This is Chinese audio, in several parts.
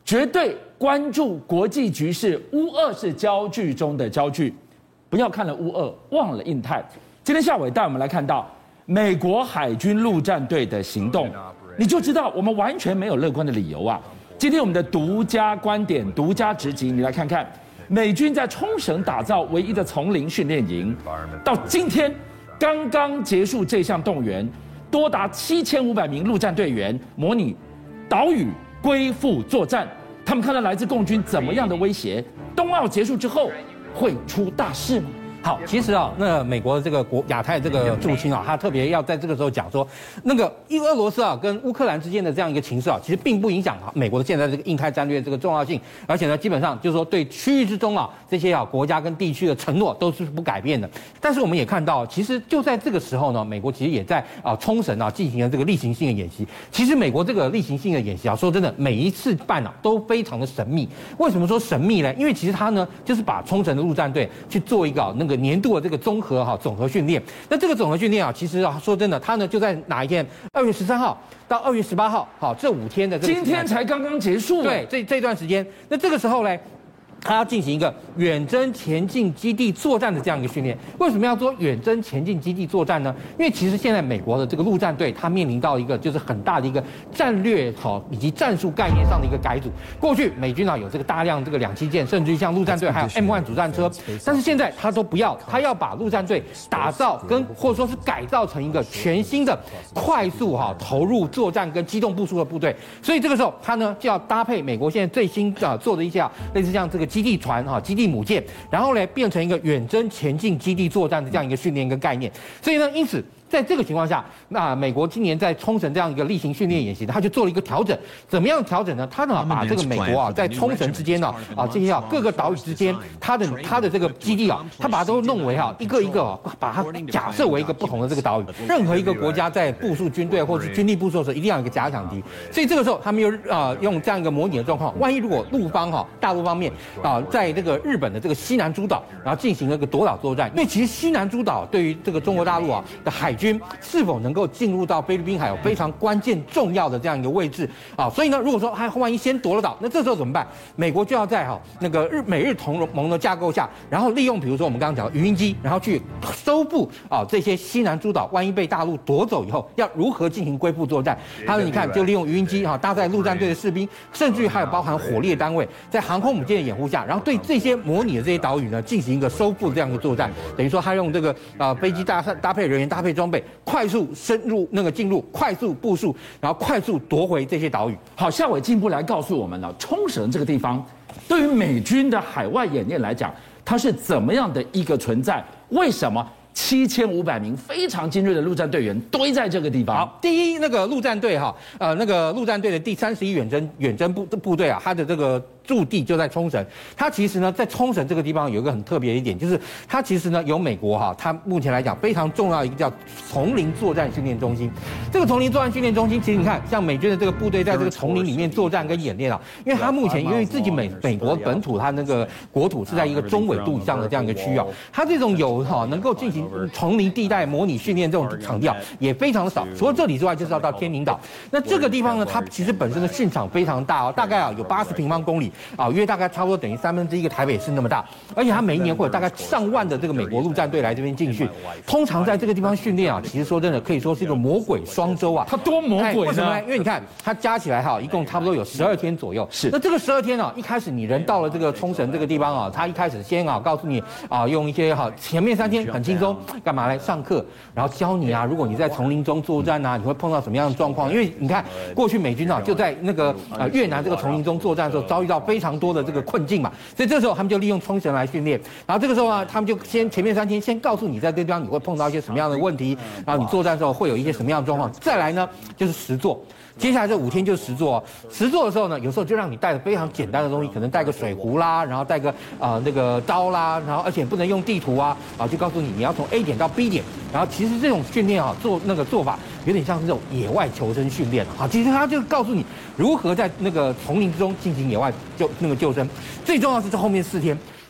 绝对关注国际局势，乌俄是焦距中的焦距。不要看了乌俄，忘了印太。今天下午带我们来看到美国海军陆战队的行动，你就知道我们完全没有乐观的理由啊。今天我们的独家观点、独家直击，你来看看，美军在冲绳打造唯一的丛林训练营，到今天刚刚结束这项动员，多达7500名陆战队员模拟岛屿归附作战。他们看到来自共军怎么样的威胁？冬奥结束之后会出大事吗？ 好，其实啊，那美国的这个亚太这个驻青啊，他特别要在这个时候讲说，那个俄罗斯啊跟乌克兰之间的这样一个情势啊，其实并不影响美国的现在这个印太战略这个重要性，而且呢，基本上就是说对区域之中啊这些国家跟地区的承诺都是不改变的。但是我们也看到，其实就在这个时候呢，美国其实也在冲绳啊进行了这个例行性的演习。其实美国这个例行性的演习啊，说真的，每一次办都非常的神秘。为什么说神秘呢？因为其实它呢就是把冲绳的陆战队去做一个那个年度的这个综合总和训练。那这个总和训练啊，其实说真的，它呢就在哪一天？2月13号到2月18号，这5天的这个今天才刚刚结束。 对，这段时间，那这个时候呢，他要进行一个远征前进基地作战的这样一个训练。为什么要做远征前进基地作战呢？因为其实现在美国的这个陆战队，它面临到一个就是很大的一个战略以及战术概念上的一个改组。过去美军有这个大量这个2栖舰，甚至于像陆战队还有 M1 主战车，但是现在他都不要，他要把陆战队打造或者说是改造成一个全新的快速投入作战跟机动部署的部队。所以这个时候他呢就要搭配美国现在最新做的一些类似像这个基地船基地母舰，然后呢变成一个远征前进基地作战的这样一个训练跟概念。所以呢，因此在这个情况下，那美国今年在冲绳这样一个例行训练演习，他就做了一个调整。怎么样调整呢？他呢把这个美国在冲绳之间这些各个岛屿之间，他的这个基地他把它都弄为一个一个把它假设为一个不同的这个岛屿。任何一个国家在部署军队或是军力部署的时候，一定要有一个假想敌。所以这个时候他们又用这样一个模拟的状况，万一如果陆方大陆方面在这个日本的这个西南诸岛，然后进行了一个夺岛作战。因为其实西南诸岛对于这个中国大陆的海军是否能够进入到菲律宾海有非常关键重要的这样一个位置所以呢，如果说他万一先夺了岛，那这时候怎么办？美国就要在那个美日同盟的架构下，然后利用比如说我们刚刚讲的鱼鹰机，然后去收复这些西南诸岛，万一被大陆夺走以后，要如何进行归附作战？他们你看就利用鱼鹰机搭载陆战队的士兵，甚至于还有包含火力的单位，在航空母舰的掩护下，然后对这些模拟的这些岛屿呢进行一个收复这样的作战。等于说他用这个飞机搭配人员、搭配装备，快速深入进入，快速部署，然后快速夺回这些岛屿。 好，夏伟进一步来告诉我们了，冲绳这个地方对于美军的海外演练来讲，它是怎么样的一个存在？为什么7500名非常精锐的陆战队员堆在这个地方？ 好，第一，那个陆战队那个陆战队的第31远征部队它的这个驻地就在冲绳。它其实呢，在冲绳这个地方有一个很特别的一点，就是它其实呢有美国它目前来讲非常重要的一个叫丛林作战训练中心。这个丛林作战训练中心，其实你看，像美军的这个部队在这个丛林里面作战跟演练因为它目前因为自己美国本土它那个国土是在一个中纬度以上的这样一个区域它这种能够进行丛林地带模拟训练这种场地也非常的少。除了这里之外，就是要到天宁岛。那这个地方呢，它其实本身的训场非常大大概有80平方公里约大概差不多等于1/3个台北市那么大。而且它每一年会有大概上万的这个美国陆战队来这边进训。通常在这个地方训练其实说真的可以说是一个魔鬼双周它多魔鬼呢？ 为什么呢？因为你看它加起来一共差不多有12天左右。 是。 那这个12天一开始你人到了这个冲绳这个地方它一开始先告诉你用一些前面3天很轻松，干嘛来上课，然后教你如果你在丛林中作战你会碰到什么样的状况？因为你看过去美军就在那个越南这个丛林中作战的时候，遭遇到非常多的这个困境嘛，所以这时候他们就利用冲绳来训练。然后这个时候他们就前面3天先告诉你在这地方你会碰到一些什么样的问题，然后你作战的时候会有一些什么样的状况。再来呢就是实作。接下来这5天就是实作实作的时候呢，有时候就让你带着非常简单的东西，可能带个水壶啦，然后带个那个刀啦，然后而且不能用地图就告诉你要从 A 点到 B 点。然后其实这种训练做法有点像是这种野外求生训练其实他就告诉你如何在那个丛林之中进行野外救生。最重要是这后面4天。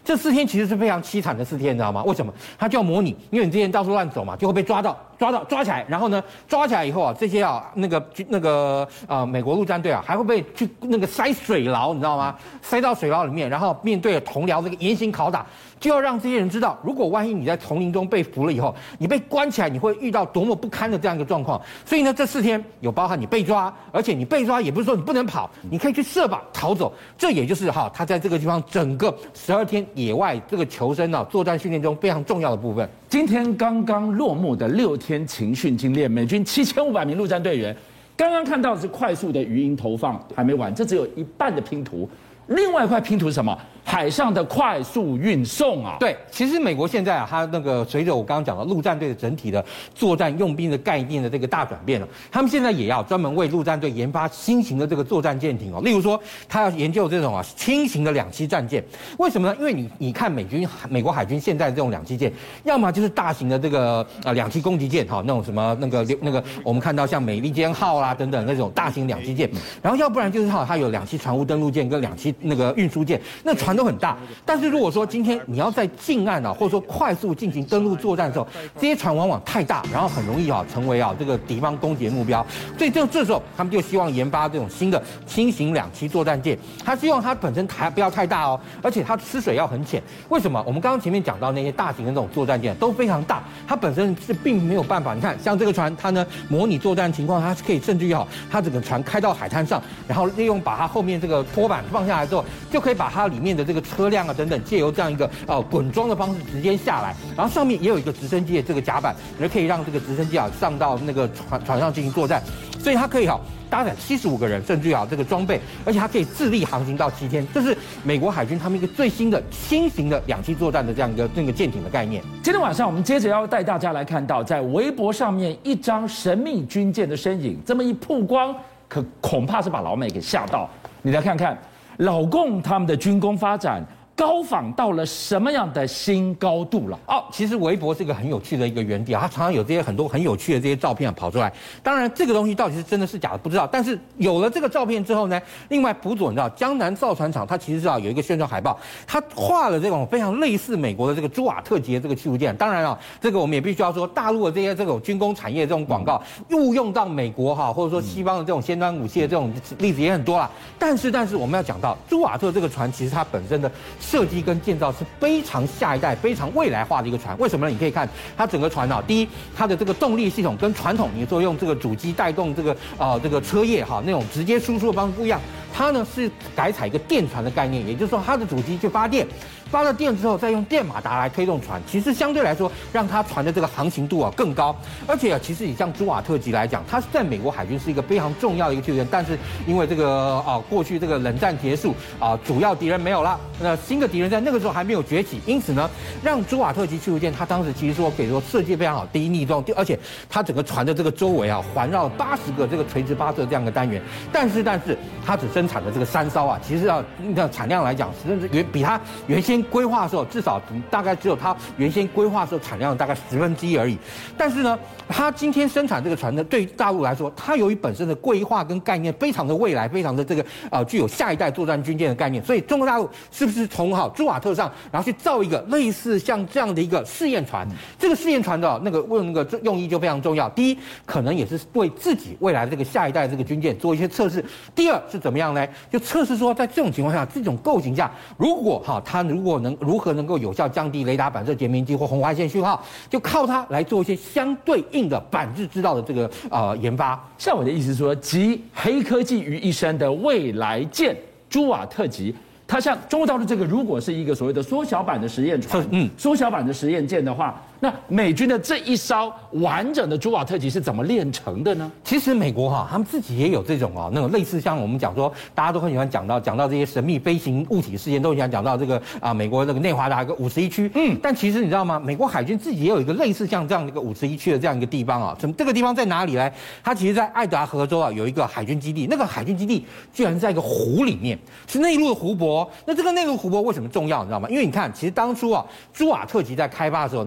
这4天其实是非常凄惨的4天，你知道吗？为什么？它就要模拟，因为你之前到处乱走嘛，就会被抓起来，然后呢，抓起来以后啊，这些啊美国陆战队啊，还会被去那个塞水牢，你知道吗？塞到水牢里面，然后面对同僚这个严刑拷打。就要让这些人知道，如果万一你在丛林中被俘了以后，你被关起来，你会遇到多么不堪的这样一个状况。所以呢，这4天有包含你被抓，而且你被抓也不是说你不能跑，你可以去设法逃走。这也就是他在这个地方整个12天野外这个求生作战训练中非常重要的部分。 今天刚刚落幕的6天勤训精练，美军7500名陆战队员，刚刚看到的是快速的语音投放，还没完，这只有一半的拼图。另外一块拼图是什么？海上的快速运送啊！ 对，其实美国现在它那个随着我刚刚讲的陆战队的整体的作战用兵的概念的这个大转变了，他们现在也要专门为陆战队研发新型的这个作战舰艇例如说，他要研究这种轻型的2栖战舰。为什么呢？因为你看美国海军现在这种2栖舰，要么就是大型的这个2栖攻击舰那种什么那个我们看到像美利坚号啦等等那种大型2栖舰，然后要不然就是它有2栖船坞登陆舰跟2栖那个运输舰，那船都很大。但是如果说今天你要在近岸或者说快速进行登陆作战的时候，这些船往往太大，然后很容易成为这个敌方攻击的目标。所以这时候他们就希望研发这种新的轻型2栖作战舰，他希望它本身还不要太大而且它吃水要很浅。为什么？我们刚刚前面讲到那些大型的这种作战舰都非常大，它本身是并没有办法。你看，像这个船，它呢模拟作战情况，它是可以甚至于它整个船开到海滩上，然后利用把它后面这个拖板放下来之后，就可以把它里面的这个车辆等等，借由这样一个滚装的方式直接下来，然后上面也有一个直升机的这个甲板，也可以让这个直升机上到那个船上进行作战，所以它可以搭载75个人，甚至这个装备，而且它可以自力航行到7天。这是美国海军他们一个最新的轻型的2栖作战的这样一个那个舰艇的概念。 今天晚上我们接着要带大家来看到，在微博上面一张神秘军舰的身影，这么一曝光，恐怕是把老美给吓到。你来看看，老共他们的军工发展高仿到了什么样的新高度了？ 其实微博是一个很有趣的一个园地它常常有这些很多很有趣的这些照片跑出来。当然，这个东西到底是真的是假的不知道，但是有了这个照片之后呢，另外补佐你知道，江南造船厂它其实有一个宣传海报，它画了这种非常类似美国的这个朱瓦特级的这个驱逐舰。当然这个我们也必须要说，大陆的这些这种军工产业这种广告误用到美国或者说西方的这种尖端武器的这种例子也很多啦。但是我们要讲到朱瓦特这个船，其实它本身的设计跟建造是非常下一代、非常未来化的一个船。为什么呢？你可以看它整个船第一，它的这个动力系统跟传统你说用这个主机带动这个车叶那种直接输出的方式不一样，它呢是改采一个电船的概念，也就是说它的主机就发电。发了电之后，再用电马达来推动船，其实相对来说，让它船的这个航行度更高。而且其实以像朱瓦特级来讲，它是在美国海军是一个非常重要的一个驱逐舰。但是因为这个过去这个冷战结束主要敌人没有了，那新的敌人在那个时候还没有崛起，因此呢，让朱瓦特级驱逐舰它当时其实说可以说设计非常好，第一逆重，而且它整个船的这个周围环绕了80个这个垂直发射这样的单元。但是它只生产的这个3艘其实产量来讲，甚至比它原先规划的时候，至少大概只有它原先规划的时候产量大概1/10而已。但是呢，它今天生产这个船呢，对于大陆来说，它由于本身的规划跟概念非常的未来，非常的这个具有下一代作战军舰的概念，所以中国大陆是不是从朱瓦特上，然后去造一个类似像这样的一个试验船？这个试验船的那个用意就非常重要。第一，可能也是为自己未来这个下一代这个军舰做一些测试。第二是怎么样呢？就测试说，在这种情况下，这种构型下，如果它如何能够有效降低雷达反射截面积或红外线讯号，就靠它来做一些相对应的反制制造的这个研发。 像我的意思是说，集黑科技于一身的未来舰朱瓦特级，它像中国大陆这个，如果是一个所谓的缩小版的实验船，缩小版的实验舰的话，那美军的这一艘完整的朱瓦特级是怎么炼成的呢？ 其实美国他们自己也有这种那种类似像我们讲说，大家都很喜欢讲到这些神秘飞行物体事件，都很喜欢讲到这个美国那个内华达一个51区。但其实你知道吗？美国海军自己也有一个类似像这样的一个51区的这样一个地方这个地方在哪里呢？它其实在爱达荷州有一个海军基地，那个海军基地居然是在一个湖里面，是内陆的湖泊。那这个内陆湖泊为什么重要？你知道吗？因为你看，其实当初朱瓦特级在开发的时候呢，它其实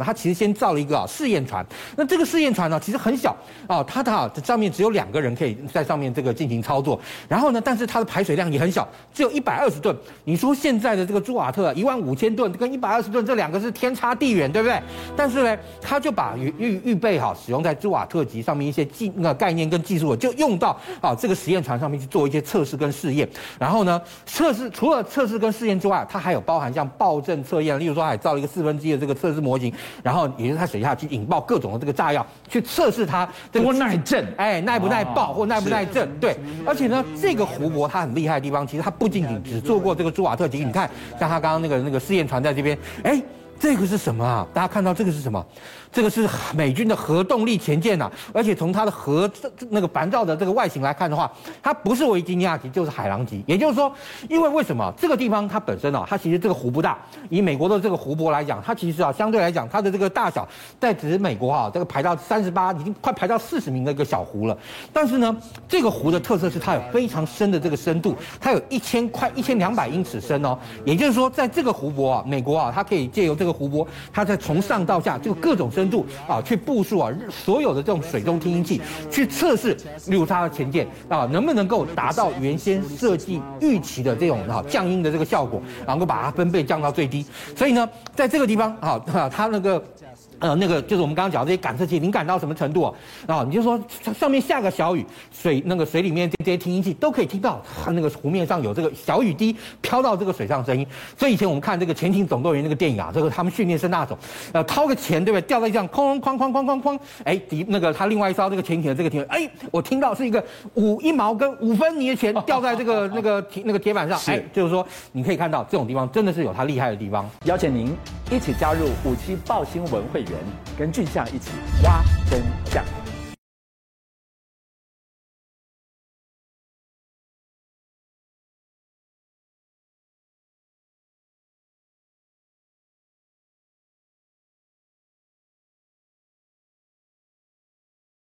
先造了一个试验船。那这个试验船呢，其实很小啊，它上面只有2个人可以在上面这个进行操作。然后呢，但是它的排水量也很小，只有120吨。你说现在的这个朱瓦特15000吨跟120吨这2个是天差地远，对不对？但是呢，他就把预备好使用在朱瓦特级上面一些概念跟技术，就用到这个实验船上面去做一些测试跟试验。然后呢，除了测试跟试验之外，它还有包含像爆震测验，例如说还造了一个1/4的这个测试模型，然后也就是它水下去引爆各种的这个炸药，去测试它多耐震， 耐不耐爆或耐不耐震。对，而且呢，这个湖泊它很厉害的地方，其实它不仅仅只做过这个朱瓦特级，你看像它刚刚那个试验船在这边，这个是什么啊？大家看到这个是什么？这个是美军的核动力潜舰呐，而且从它的那个烦躁的这个外形来看的话，它不是维吉尼亚级就是海狼级。也就是说，因为什么？这个地方它本身它其实这个湖不大，以美国的这个湖泊来讲，它其实相对来讲它的这个大小，在只美国这个排到38，已经快排到40名的一个小湖了。但是呢，这个湖的特色是它有非常深的这个深度，它有快1200英尺深哦。也就是说，在这个湖泊美国它可以借由这个湖泊，它在从上到下就各种深度去部署所有的这种水中听音器，去测试，例如它的潜舰能不能够达到原先设计预期的这种降音的这个效果，然后把它分贝降到最低。所以呢，在这个地方它那个就是我们刚刚讲的这些感测器，敏感到什么程度你就说上面下个小雨，水里面这些听音器都可以听到它那个湖面上有这个小雨滴飘到这个水上声音。所以以前我们看这个《潜艇总动员》那个电影这个他们训练升大手，掏个钱对不对？掉在这样哐哐哐哐哐哐，那个他另外一艘这个潜艇的这个艇，我听到是一个1毛跟5分你的钱掉在这个那个铁板上，就是说你可以看到这种地方真的是有它厉害的地方。 邀请您一起加入57爆新闻会员，跟俊相一起挖真相。